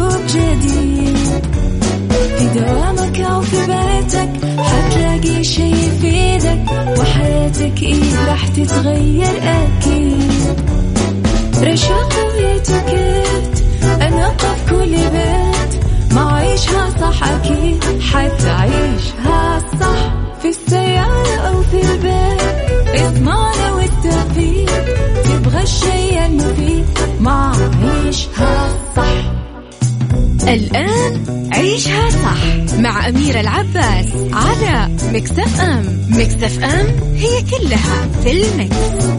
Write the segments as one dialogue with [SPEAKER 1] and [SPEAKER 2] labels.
[SPEAKER 1] أسلوب جديد في دوامك أو في بيتك حتلاقي شي يفيدك وحياتك راح تتغير أكيد. رشاق ويتوكيت أنا قف كل بيت ما عيشها صح أكيد حتعيشها صح في السيارة أو في البيت اسمعنا والتوفيق تبغى الشيء المفيد ما عيشها صح.
[SPEAKER 2] الآن عيشها صح مع أميرة العباس على ميكس اف ام. ميكس اف ام هي كلها في الميكس.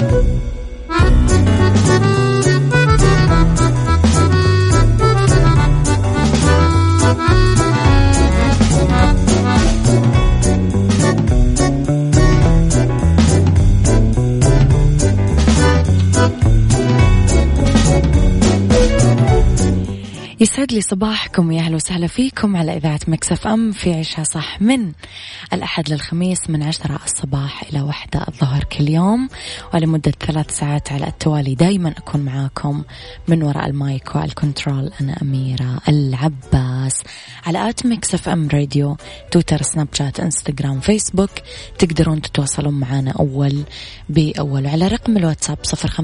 [SPEAKER 3] يسعد لي صباحكم يا أهلا وسهلا فيكم على إذاعة ميكس اف ام في عيشها صح من الأحد للخميس من 10 الصباح إلى 1 الظهر كل يوم ولمدة 3 ساعات على التوالي. دايما أكون معاكم من وراء المايك والكنترول. أنا أميرة العباس على آت ميكس اف ام راديو، تويتر، سناب شات، انستغرام، فيسبوك. تقدرون تتواصلون معنا أول بأول على رقم الواتساب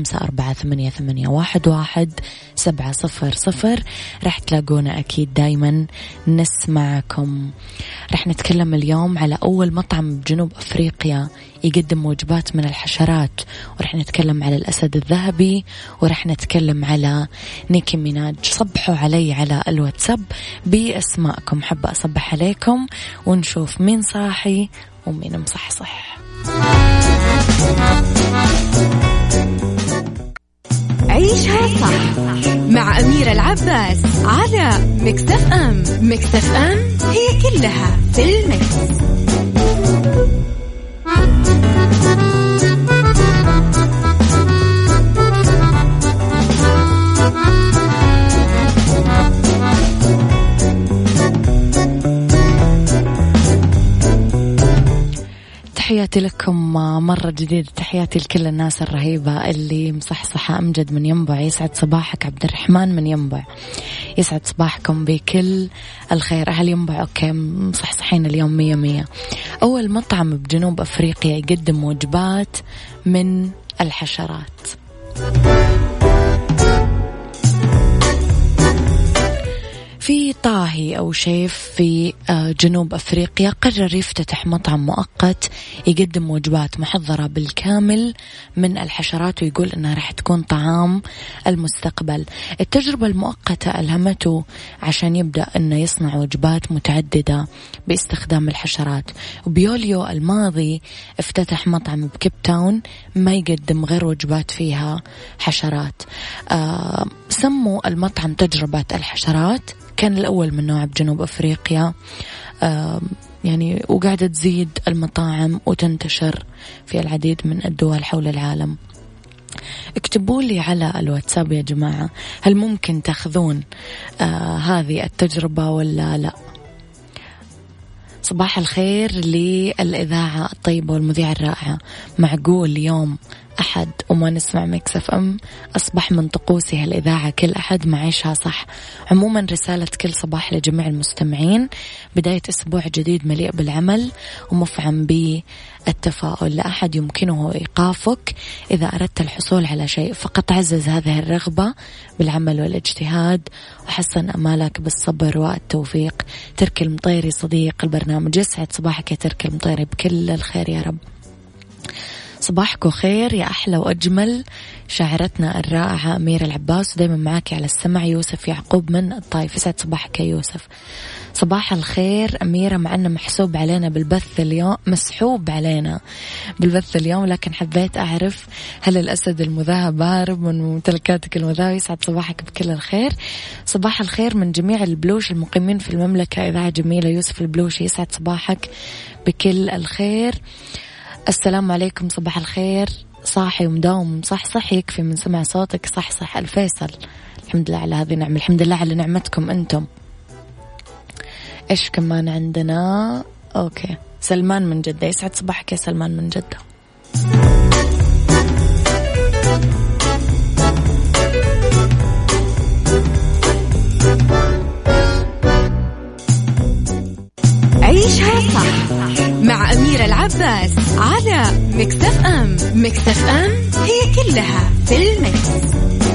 [SPEAKER 3] 0548811700. رح تلاقونا أكيد دايما نسمعكم. رح نتكلم اليوم على أول مطعم بجنوب أفريقيا يقدم وجبات من الحشرات، ورح نتكلم على الأسد الذهبي، ورح نتكلم على نيكي ميناج. صبحوا علي على الواتساب بأسماءكم، حابة أصبح عليكم ونشوف مين صاحي ومين مصحصح.
[SPEAKER 2] عيشها صح مع أميرة العباس على ميكس اف ام. ميكس اف ام هي كلها في الميكس.
[SPEAKER 3] تحياتي لكم مرة جديدة، تحياتي لكل الناس الرهيبة اللي مصحصحة. أمجد من ينبع، يسعد صباحك. عبد الرحمن من ينبع، يسعد صباحكم بكل الخير. أهل ينبع أوكي مصحصحين اليوم 100. أول مطعم بجنوب أفريقيا يقدم وجبات من الحشرات. في طاهي أو شيف في جنوب أفريقيا قرر يفتتح مطعم مؤقت يقدم وجبات محضرة بالكامل من الحشرات، ويقول أنها رح تكون طعام المستقبل. التجربة المؤقتة ألهمته عشان يبدأ أنه يصنع وجبات متعددة باستخدام الحشرات. وبيوليو الماضي افتتح مطعم بكيب تاون ما يقدم غير وجبات فيها حشرات. سموا المطعم تجربة الحشرات، كان الأول من نوع بجنوب أفريقيا. يعني وقاعدة تزيد المطاعم وتنتشر في العديد من الدول حول العالم. اكتبوا لي على الواتساب يا جماعة، هل ممكن تأخذون هذه التجربة ولا لا؟ صباح الخير للإذاعة الطيبة والمذيعة الرائعة. معقول يوم أحد وما نسمع ميكس اف ام؟ أصبح من طقوسي هالإذاعة كل أحد ما عيشها صح. عموما رسالة كل صباح لجميع المستمعين، بداية أسبوع جديد مليء بالعمل ومفعم بالتفاؤل. لا أحد يمكنه إيقافك إذا أردت الحصول على شيء، فقط عزز هذه الرغبة بالعمل والاجتهاد وحسن أمالك بالصبر والتوفيق. ترك المطيري صديق البرنامج، يسعد صباحك يا ترك المطيري بكل الخير يا رب. صباحكم خير يا أحلى وأجمل شاعرتنا الرائعة أميرة العباس، ودايما معاكي على السمع يوسف يعقوب من الطائف. يسعد صباحك يا يوسف. صباح الخير أميرة، مع أنه محسوب علينا بالبث اليوم، مسحوب علينا بالبث اليوم، لكن حبيت أعرف هل الأسد المذهب هارب من ممتلكاتك المذهبة؟ يسعد صباحك بكل الخير. صباح الخير من جميع البلوش المقيمين في المملكة، إذاعة جميلة. يوسف البلوشي، يسعد صباحك بكل الخير. السلام عليكم، صباح الخير. صاحي ومداوم صح يكفي من سمع صوتك. صح الفيصل، الحمد لله على هذه النعمة، الحمد لله على نعمتكم أنتم. إيش كمان عندنا؟ أوكي، سلمان من جدة، يسعد صباحك يا سلمان من جدة.
[SPEAKER 2] عيشها صح مع أميرة العباس على مكسف أم. مكسف أم هي كلها في المكس.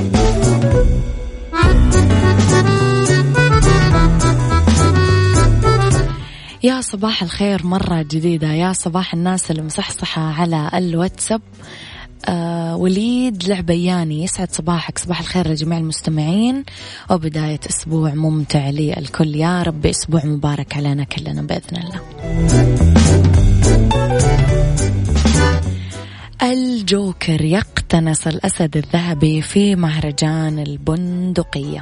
[SPEAKER 3] يا صباح الخير مرة جديدة، يا صباح الناس اللي مصحصحة على الواتساب. وليد العبياني، يسعد صباحك، صباح الخير لجميع المستمعين وبداية أسبوع ممتع للكل، يا رب أسبوع مبارك علينا كلنا بإذن الله. الجوكر يقتنص الأسد الذهبي في مهرجان البندقية.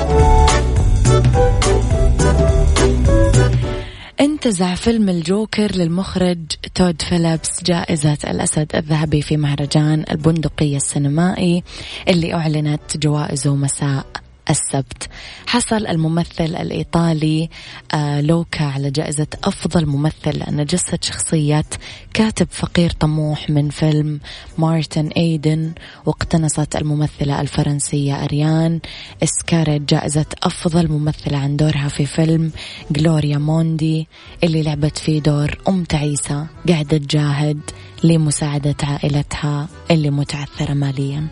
[SPEAKER 3] انتزع فيلم الجوكر للمخرج تود فيليبس جائزة الأسد الذهبي في مهرجان البندقية السينمائي اللي أعلنت جوائزه مساء السبت. حصل الممثل الإيطالي لوكا على جائزة أفضل ممثل لأنه جسد شخصية كاتب فقير طموح من فيلم مارتن إيدن. واقتنصت الممثلة الفرنسية أريان إسكاريت جائزة أفضل ممثلة عن دورها في فيلم غلوريا موندي اللي لعبت فيه دور أم تعيسة قاعدة تجاهد لمساعدة عائلتها اللي متعثرة ماليا.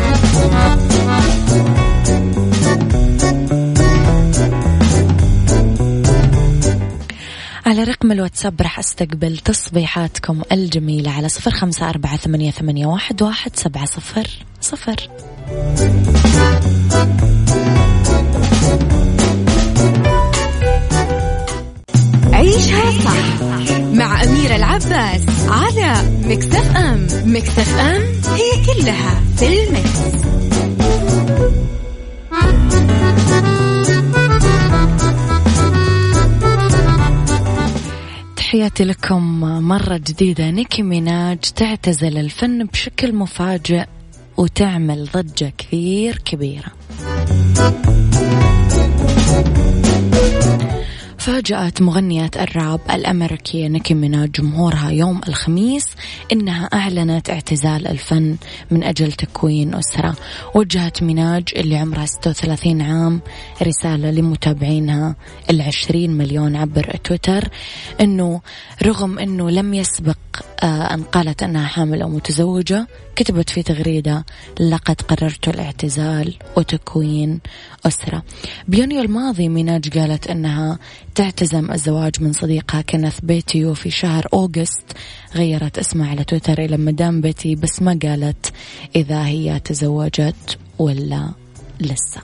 [SPEAKER 3] على رقم الواتساب رح أستقبل تصبيحاتكم الجميلة على 0548811700.
[SPEAKER 2] عيشها صح مع أميرة العباس على مكسف أم. مكسف أم هي كلها في المكس.
[SPEAKER 3] تحياتي لكم مرة جديدة. نيكي ميناج تعتزل الفن بشكل مفاجئ وتعمل ضجة كبيرة. فاجأت مغنية الراب الأمريكية نيكي ميناج جمهورها يوم الخميس إنها أعلنت اعتزال الفن من أجل تكوين أسرة. وجهت ميناج اللي عمرها 36 عام رسالة لمتابعينها 20 مليون عبر تويتر إنه رغم إنه لم يسبق أن قالت أنها حامل أو متزوجة، كتبت في تغريدة: لقد قررت الاعتزال وتكوين أسرة. بيونيو الماضي ميناج قالت أنها تعتزم الزواج من صديقها كينيث بيتيو في شهر أوغست. غيرت اسمها على تويتر إلى مدام بيتي، بس ما قالت إذا هي تزوجت ولا لسه.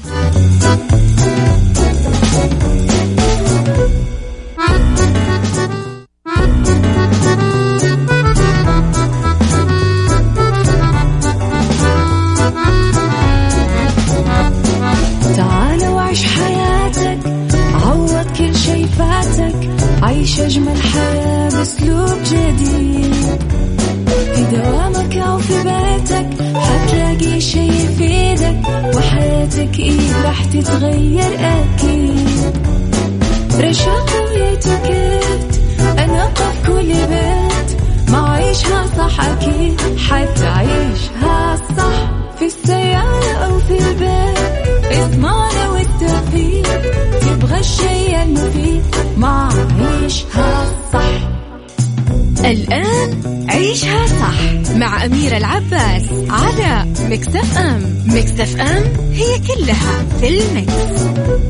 [SPEAKER 1] عيش أجمل حياة بأسلوب جديد، في دوامك أو في بيتك حتلاقي شي يفيدك، وحياتك إيه راح تتغير أكيد. رشاق ويتوكيت أنا قف كل بيت، ما عيشها صح أكيد حتعيشها صح، في السيارة أو في البيت اسمعنا والتوفيق، تبغى الشيء المفيد ما عيشها صح.
[SPEAKER 2] الآن عيشها صح مع أميرة العباس على مكسف أم. مكسف أم هي كلها في المكس.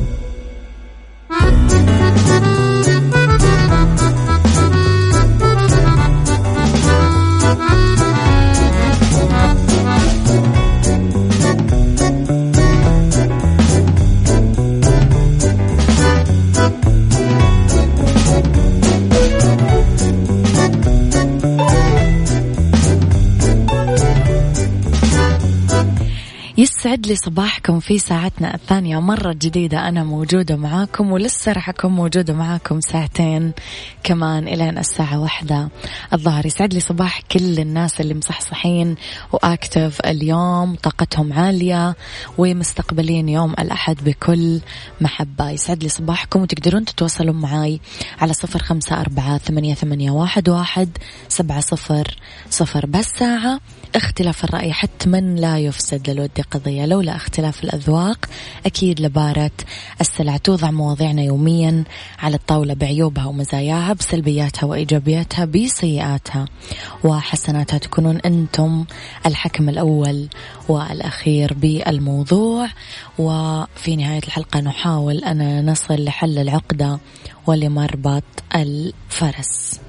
[SPEAKER 3] يسعد لي صباحكم في ساعتنا الثانية مرة جديدة. أنا موجودة معاكم ولسه رح أكون موجودة معاكم ساعتين كمان إلى الساعة 1 الظهر. يسعد لي صباح كل الناس اللي مصحصحين وأكتف اليوم، طاقتهم عالية ومستقبلين يوم الأحد بكل محبة. يسعد لي صباحكم، وتقدرون تتواصلون معاي على 0548811700. بس ساعة اختلاف الرأي حتما لا يفسد للود قضية. القضية لولا اختلاف الأذواق أكيد لبارة السلع. توضع مواضيعنا يوميا على الطاولة بعيوبها ومزاياها، بسلبياتها وإيجابياتها، بسيئاتها وحسناتها. تكونون أنتم الحكم الأول والأخير بالموضوع. وفي نهاية الحلقة نحاول أن نصل لحل العقدة ولمربط الفرس.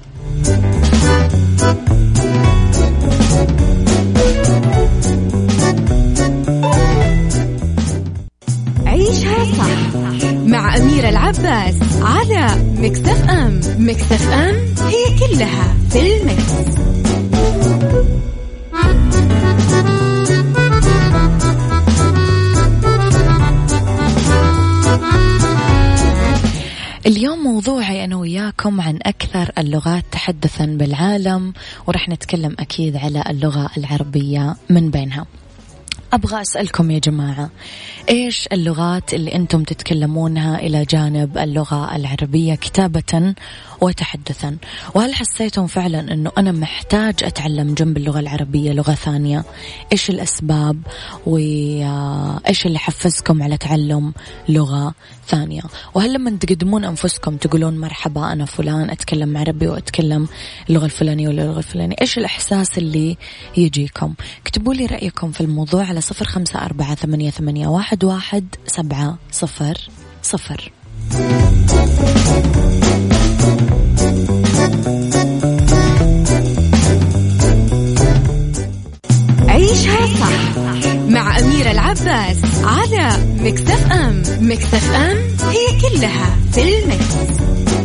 [SPEAKER 2] عيشها صح مع أميرة العباس على مكسف أم. مكسف أم هي كلها في المكس.
[SPEAKER 3] اليوم موضوعي أنا وياكم عن أكثر اللغات تحدثا بالعالم، ورح نتكلم أكيد على اللغة العربية من بينها. أبغى أسألكم يا جماعة، إيش اللغات اللي أنتم تتكلمونها إلى جانب اللغة العربية كتابة وتحدثا؟ وهل حسيتم فعلا أنه أنا محتاج أتعلم جنب اللغة العربية لغة ثانية؟ إيش الأسباب وإيش اللي حفزكم على تعلم لغة ثانية؟ وهل لما تقدمون أنفسكم تقولون مرحبا أنا فلان أتكلم عربي وأتكلم اللغة الفلانية ولا اللغة الفلانية، إيش الإحساس اللي يجيكم؟ اكتبوا لي رأيكم في الموضوع على 0548811700.
[SPEAKER 2] عيشها صح مع أميرة العباس على مكسف أم. مكسف أم هي كلها في المكس.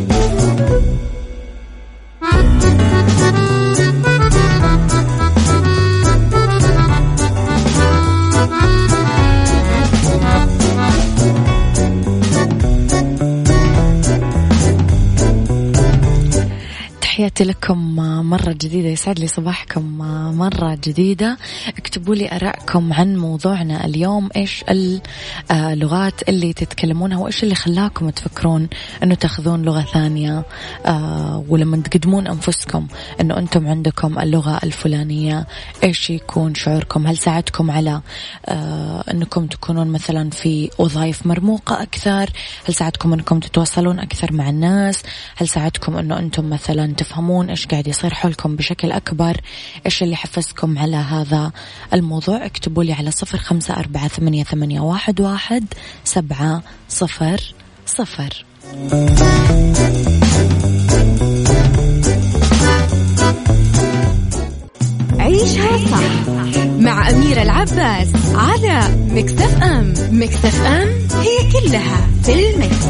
[SPEAKER 3] تحياتي لكم مرة جديدة، يسعد لي صباحكم مرة جديدة. اكتبوا لي آرائكم عن موضوعنا اليوم، إيش اللغات اللي تتكلمونها وإيش اللي خلاكم تفكرون أنه تأخذون لغة ثانية، ولما تقدمون أنفسكم أنه أنتم عندكم اللغة الفلانية إيش يكون شعوركم؟ هل ساعدكم على أنكم تكونون مثلا في وظائف مرموقة أكثر؟ هل ساعدكم أنكم تتواصلون أكثر مع الناس؟ هل ساعدكم أنه أنتم مثلا تفهمون إيش قاعد يصير حولكم بشكل أكبر؟ إيش اللي حفزكم على هذا الموضوع؟ اكتبوا لي على 0548811700.
[SPEAKER 2] عيشها صح مع أميرة العباس على مكسف أم. مكسف أم هي كلها في المكس.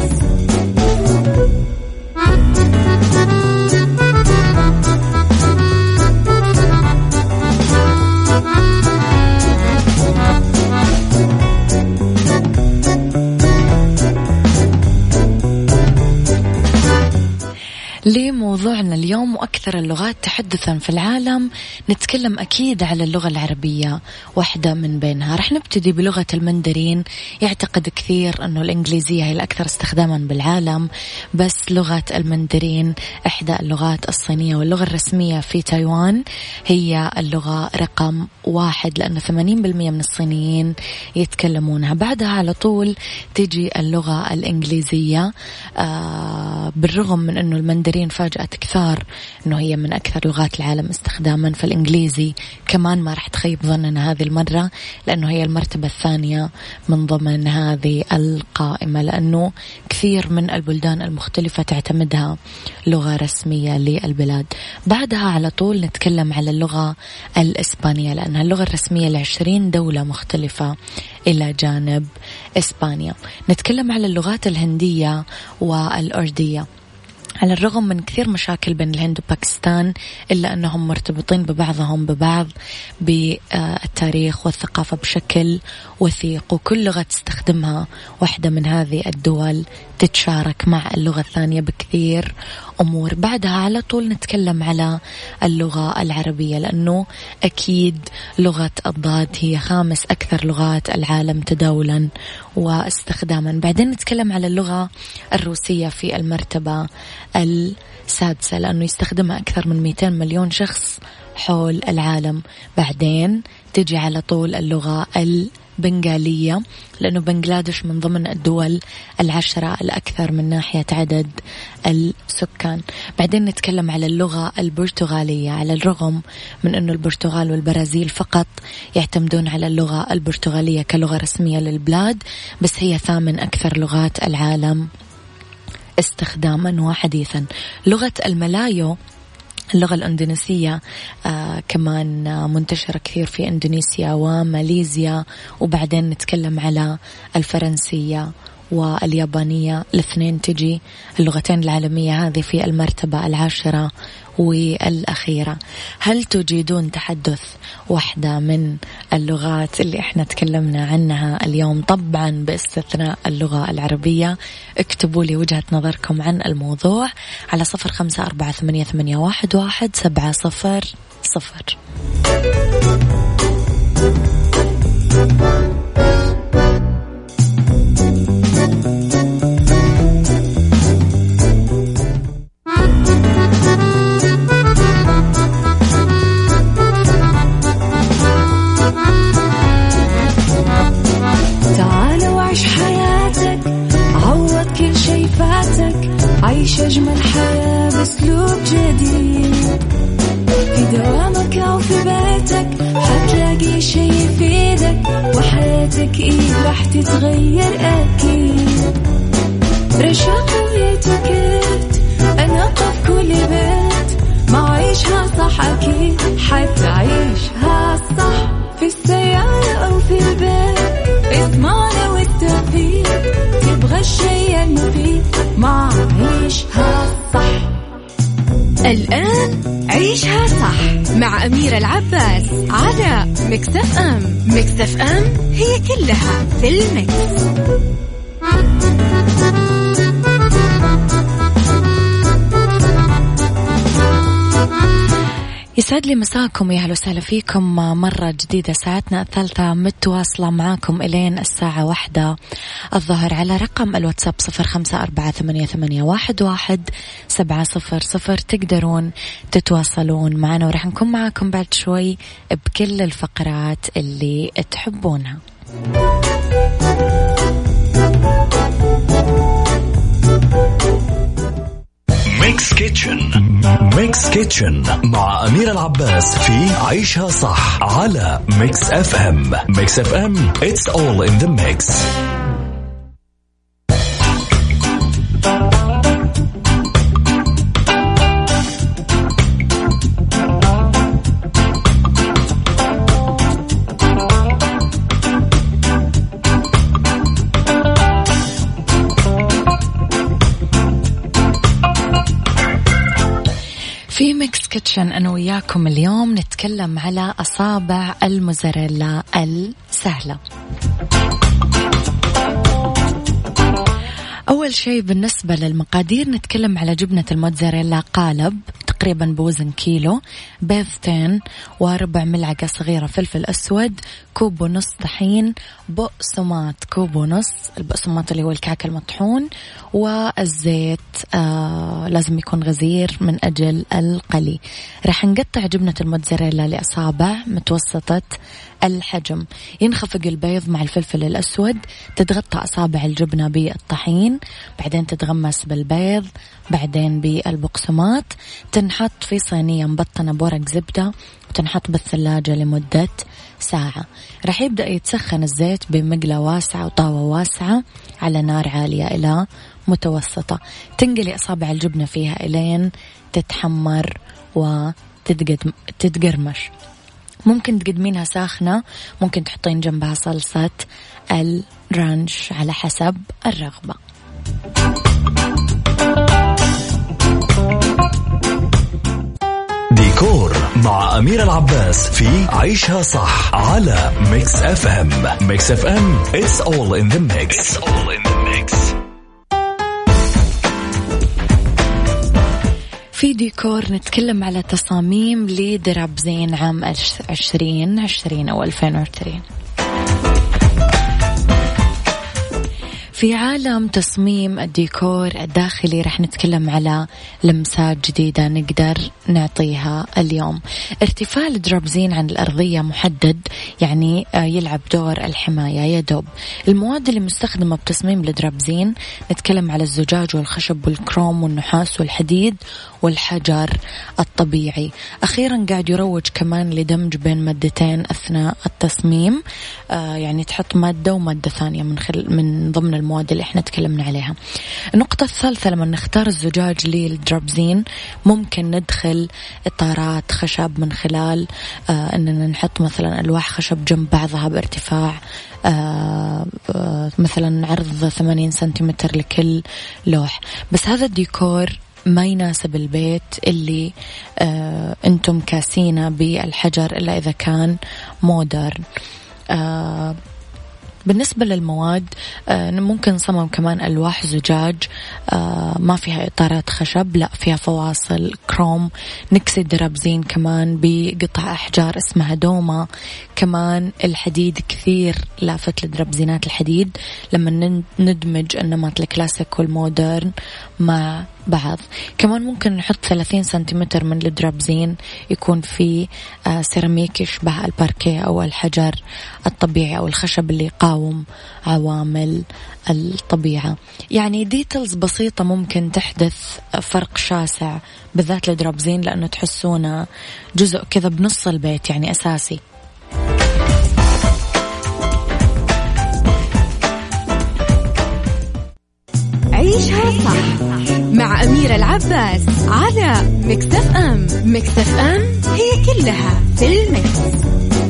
[SPEAKER 3] لموضوعنا اليوم وأكثر اللغات تحدثا في العالم، نتكلم أكيد على اللغة العربية واحدة من بينها. رح نبتدي بلغة المندرين. يعتقد كثير أنه الإنجليزية هي الأكثر استخداما بالعالم، بس لغة المندرين إحدى اللغات الصينية، واللغة الرسمية في تايوان هي اللغة رقم 1 لأنه 80% من الصينيين يتكلمونها. بعدها على طول تجي اللغة الإنجليزية، بالرغم من أنه المندرين فاجأت كثار أنه هي من أكثر لغات العالم استخداما، فالإنجليزي كمان ما رح تخيب ظننا هذه المرة، لأنه هي المرتبة الثانية من ضمن هذه القائمة، لأنه كثير من البلدان المختلفة تعتمدها لغة رسمية للبلاد. بعدها على طول نتكلم على اللغة الإسبانية، لأنها اللغة الرسمية ل20 دولة مختلفة إلى جانب إسبانيا. نتكلم على اللغات الهندية والأردية. على الرغم من كثير مشاكل بين الهند وباكستان، إلا أنهم مرتبطين ببعضهم ببعض بالتاريخ والثقافة بشكل وثيق، وكل لغة تستخدمها واحدة من هذه الدول تتشارك مع اللغة الثانية بكثير أمور. بعدها على طول نتكلم على اللغة العربية، لأنه أكيد لغة الضاد هي 5 أكثر لغات العالم تداولا واستخداما. بعدين نتكلم على اللغة الروسية في المرتبة السادسة، لأنه يستخدمها أكثر من 200 مليون شخص حول العالم. بعدين تجي على طول اللغة بنغالية، لأنه بنغلاديش من ضمن الدول 10 الأكثر من ناحية عدد السكان. بعدين نتكلم على اللغة البرتغالية، على الرغم من أنه البرتغال والبرازيل فقط يعتمدون على اللغة البرتغالية كلغة رسمية للبلاد، بس هي 8 أكثر لغات العالم استخداما وحديثا. لغة الملايو، اللغة الأندونيسية كمان منتشرة كثير في إندونيسيا وماليزيا. وبعدين نتكلم على الفرنسية واليابانية، الاثنين تجي اللغتين العالمية هذه في المرتبة 10 والأخيرة. هل تجيدون تحدث واحدة من اللغات اللي احنا تكلمنا عنها اليوم؟ طبعا باستثناء اللغة العربية. اكتبوا لي وجهة نظركم عن الموضوع على 0548811700.
[SPEAKER 1] عيش أجمل حياة بأسلوب جديد، في دوامك أو في بيتك حتلاقي شي يفيدك، وحياتك إيه راح تتغير أكيد. رشاق ويتوكيت أنا قف كل بيت، ما عيشها صح أكيد حتعيشها صح، في السيارة أو في البيت اسمعنا والتوفيق، تبغى الشي المفيد ما عيشها صح.
[SPEAKER 2] الآن عيشها صح مع أميرة العباس على ميكس اف ام. ميكس اف ام هي كلها في الميكس.
[SPEAKER 3] يسعد لي مساكم، يا أهلا وسهلا فيكم مرة جديدة. ساعتنا الثالثة متواصلة معاكم إلين الساعة 1 الظهر على رقم الواتساب 0548811700. تقدرون تتواصلون معنا ورح نكون معاكم بعد شوي بكل الفقرات اللي تحبونها.
[SPEAKER 4] ميكس كيتشن مع أميرة العباس في عيشها صح على ميكس اف ام. ميكس اف ام it's all in the mix.
[SPEAKER 3] في ميكس كيتشن أنا وياكم اليوم نتكلم على أصابع الموزاريلا السهلة. أول شيء بالنسبة للمقادير نتكلم على جبنة الموزاريلا قالب تقريبا بوزن كيلو، بيضتين وربع ملعقة صغيرة فلفل أسود، كوب ونص طحين، بقسماط كوب ونص، البقسماط اللي هو الكعك المطحون، والزيت لازم يكون غزير من أجل القلي. راح نقطع جبنة الموزاريلا لأصابع متوسطة الحجم. ينخفق البيض مع الفلفل الأسود، تتغطى أصابع الجبنة بالطحين، بعدين تتغمس بالبيض، بعدين بالبقسماط، تنحط في صينية مبطنة بورق زبدة وتنحط بالثلاجة لمدة ساعة. راح يبدأ يتسخن الزيت بمقلة واسعة وطاوة واسعة على نار عالية إلى متوسطة. تنقلي أصابع الجبنة فيها إلين تتحمر وتتقرمش. ممكن تقدمينها ساخنة، ممكن تحطين جنبها صلصة الرانش على حسب الرغبة.
[SPEAKER 4] ديكور مع أميرة العباس في عيشها صح على ميكس اف ام. ميكس اف ام it's all in the mix.
[SPEAKER 3] في ديكور نتكلم على تصاميم لدراب زين عام 2020 أو 2020. في عالم تصميم الديكور الداخلي رح نتكلم على لمسات جديدة نقدر نعطيها اليوم. ارتفاع الدرابزين عن الأرضية محدد، يعني يلعب دور الحماية. يدوب المواد اللي مستخدمة بتصميم الدرابزين نتكلم على الزجاج والخشب والكروم والنحاس والحديد والحجر الطبيعي. أخيرا قاعد يروج كمان لدمج بين مادتين أثناء التصميم، يعني تحط مادة ومادة ثانية من ضمن المواد اللي احنا تكلمنا عليها. النقطة الثالثة، لما نختار الزجاج للدرابزين ممكن ندخل إطارات خشب من خلال أننا نحط مثلا ألواح خشب جنب بعضها بارتفاع مثلا عرض 80 سنتيمتر لكل لوح. بس هذا الديكور ما يناسب البيت اللي أنتم كاسينه بالحجر إلا إذا كان مودرن. بالنسبة للمواد ممكن نصمم كمان ألواح زجاج ما فيها إطارات خشب، لا فيها فواصل كروم. نكسي الدرابزين كمان بقطع أحجار اسمها دوما. كمان الحديد كثير لافت لدرابزينات الحديد لما ندمج النمط الكلاسيك والمودرن مع بعض. كمان ممكن نحط 30 سنتيمتر من الدرابزين يكون فيه سيراميك يشبه الباركيه أو الحجر الطبيعي أو الخشب اللي يقاوم عوامل الطبيعة. يعني ديتيلز بسيطة ممكن تحدث فرق شاسع بالذات للدرابزين، لأنه تحسونه جزء كذا بنص البيت، يعني أساسي.
[SPEAKER 2] عيشها صح مع أميرة العباس على ميكس اف ام. ميكس اف ام هي كلها في الميكس.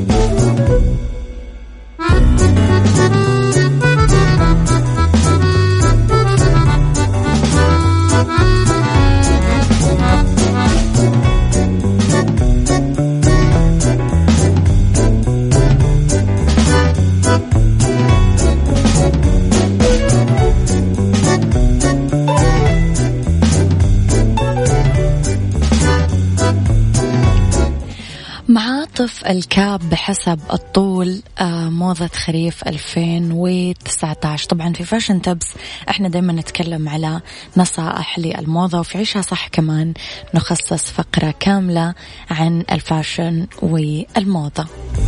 [SPEAKER 3] الكاب بحسب الطول موضة خريف 2019. طبعا في فاشن تبس احنا دايما نتكلم على نصائح للموضة، وفي عيشها صح كمان نخصص فقرة كاملة عن الفاشن والموضة.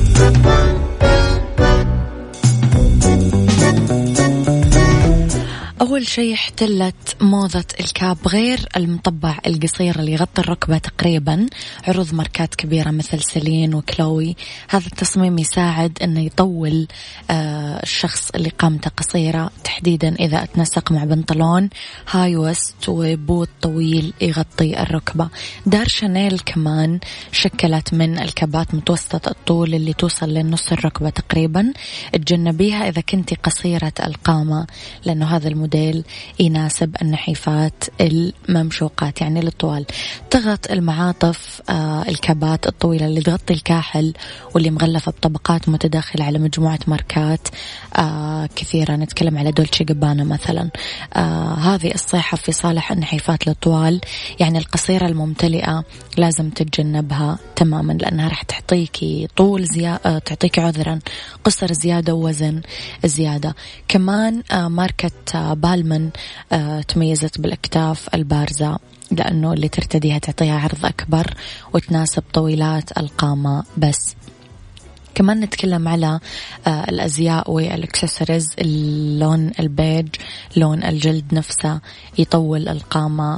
[SPEAKER 3] أول شيء احتلت موضة الكاب غير المطبع القصير اللي يغطي الركبة تقريبا عروض ماركات كبيرة مثل سيلين وكلوي. هذا التصميم يساعد أنه يطول الشخص اللي قامته قصيرة، تحديدا إذا اتنسق مع بنطلون هاي وست وبوت طويل يغطي الركبة. دار شانيل كمان شكلت من الكابات متوسطة الطول اللي توصل للنص الركبة تقريبا. تجنبيها إذا كنتي قصيرة القامة، لأنه هذا الموديل يناسب النحيفات الممشوقات يعني للطوال. تغط المعاطف الكابات الطويلة اللي تغطي الكاحل واللي مغلفة بطبقات متداخلة على مجموعة ماركات كثيرة. نتكلم على دولتشي جابانا مثلا. هذه الصيحة في صالح النحيفات للطوال، يعني القصيرة الممتلئة لازم تتجنبها تماما، لأنها راح تعطيكي طول زيادة، تعطيكي عذرا قصر زيادة ووزن زيادة. كمان ماركة بالمن تميزت بالأكتاف البارزة، لأنه اللي ترتديها تعطيها عرض أكبر وتناسب طويلات القامة. بس كمان نتكلم على الأزياء والإكسسوارز. اللون البيج لون الجلد نفسه يطول القامة.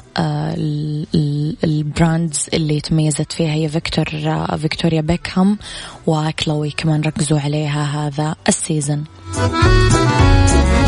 [SPEAKER 3] البراندز اللي تميزت فيها هي فيكتوريا بيكهام وكلوي، كمان ركزوا عليها هذا السيزن.